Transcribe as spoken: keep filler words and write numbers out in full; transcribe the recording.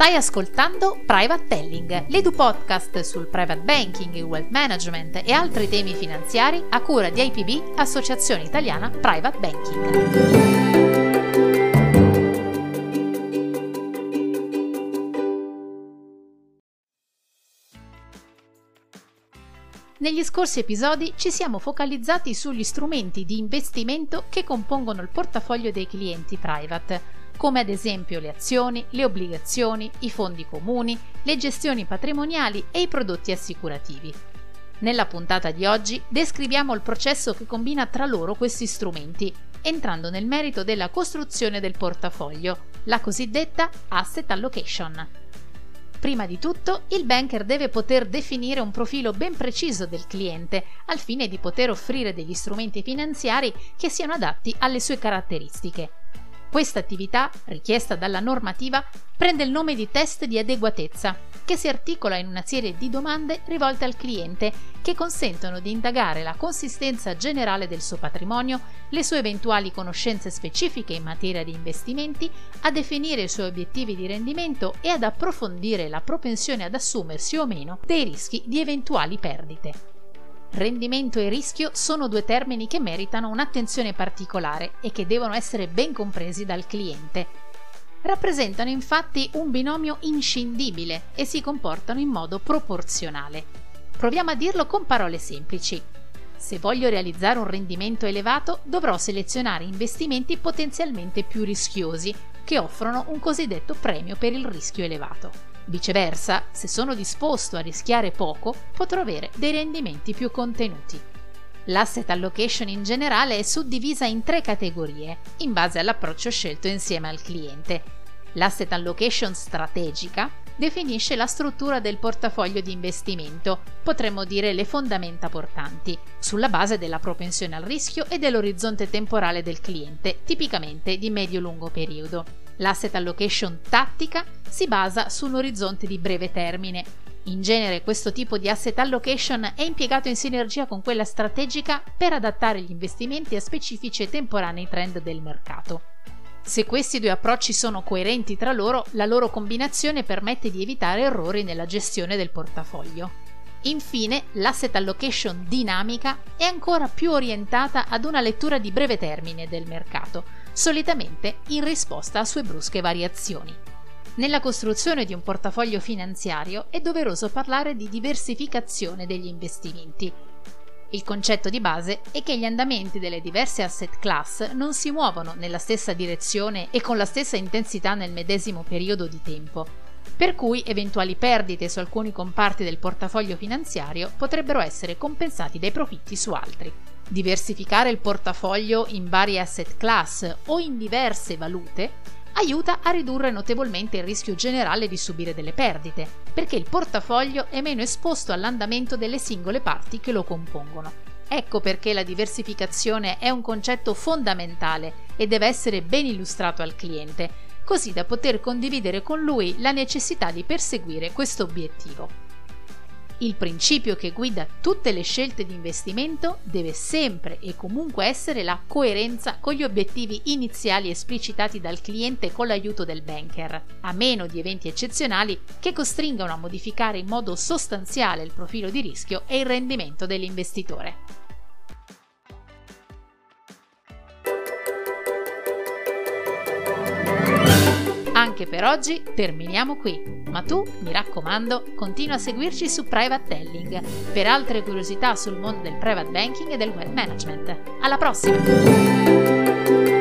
Stai ascoltando Private Telling, l'Edu Podcast sul private banking, il wealth management e altri temi finanziari a cura di I P B, Associazione Italiana Private Banking. Negli scorsi episodi ci siamo focalizzati sugli strumenti di investimento che compongono il portafoglio dei clienti private, come ad esempio le azioni, le obbligazioni, i fondi comuni, le gestioni patrimoniali e i prodotti assicurativi. Nella puntata di oggi descriviamo il processo che combina tra loro questi strumenti, entrando nel merito della costruzione del portafoglio, la cosiddetta asset allocation. Prima di tutto, il banker deve poter definire un profilo ben preciso del cliente, al fine di poter offrire degli strumenti finanziari che siano adatti alle sue caratteristiche. Questa attività, richiesta dalla normativa, prende il nome di test di adeguatezza, che si articola in una serie di domande rivolte al cliente che consentono di indagare la consistenza generale del suo patrimonio, le sue eventuali conoscenze specifiche in materia di investimenti, a definire i suoi obiettivi di rendimento e ad approfondire la propensione ad assumersi o meno dei rischi di eventuali perdite. Rendimento e rischio sono due termini che meritano un'attenzione particolare e che devono essere ben compresi dal cliente. Rappresentano infatti un binomio inscindibile e si comportano in modo proporzionale. Proviamo a dirlo con parole semplici. Se voglio realizzare un rendimento elevato, dovrò selezionare investimenti potenzialmente più rischiosi, che offrono un cosiddetto premio per il rischio elevato. Viceversa, se sono disposto a rischiare poco, potrò avere dei rendimenti più contenuti. L'asset allocation in generale è suddivisa in tre categorie, in base all'approccio scelto insieme al cliente. L'asset allocation strategica definisce la struttura del portafoglio di investimento, potremmo dire le fondamenta portanti, sulla base della propensione al rischio e dell'orizzonte temporale del cliente, tipicamente di medio-lungo periodo. L'asset allocation tattica si basa su un orizzonte di breve termine. In genere questo tipo di asset allocation è impiegato in sinergia con quella strategica per adattare gli investimenti a specifici e temporanei trend del mercato. Se questi due approcci sono coerenti tra loro, la loro combinazione permette di evitare errori nella gestione del portafoglio. Infine, l'asset allocation dinamica è ancora più orientata ad una lettura di breve termine del mercato, solitamente in risposta a sue brusche variazioni. Nella costruzione di un portafoglio finanziario è doveroso parlare di diversificazione degli investimenti. Il concetto di base è che gli andamenti delle diverse asset class non si muovono nella stessa direzione e con la stessa intensità nel medesimo periodo di tempo, per cui eventuali perdite su alcuni comparti del portafoglio finanziario potrebbero essere compensati dai profitti su altri. Diversificare il portafoglio in varie asset class o in diverse valute aiuta a ridurre notevolmente il rischio generale di subire delle perdite, perché il portafoglio è meno esposto all'andamento delle singole parti che lo compongono. Ecco perché la diversificazione è un concetto fondamentale e deve essere ben illustrato al cliente, così da poter condividere con lui la necessità di perseguire questo obiettivo. Il principio che guida tutte le scelte di investimento deve sempre e comunque essere la coerenza con gli obiettivi iniziali esplicitati dal cliente con l'aiuto del banker, a meno di eventi eccezionali che costringano a modificare in modo sostanziale il profilo di rischio e il rendimento dell'investitore. Anche per oggi terminiamo qui, ma tu, mi raccomando, continua a seguirci su Private Telling per altre curiosità sul mondo del private banking e del wealth management. Alla prossima!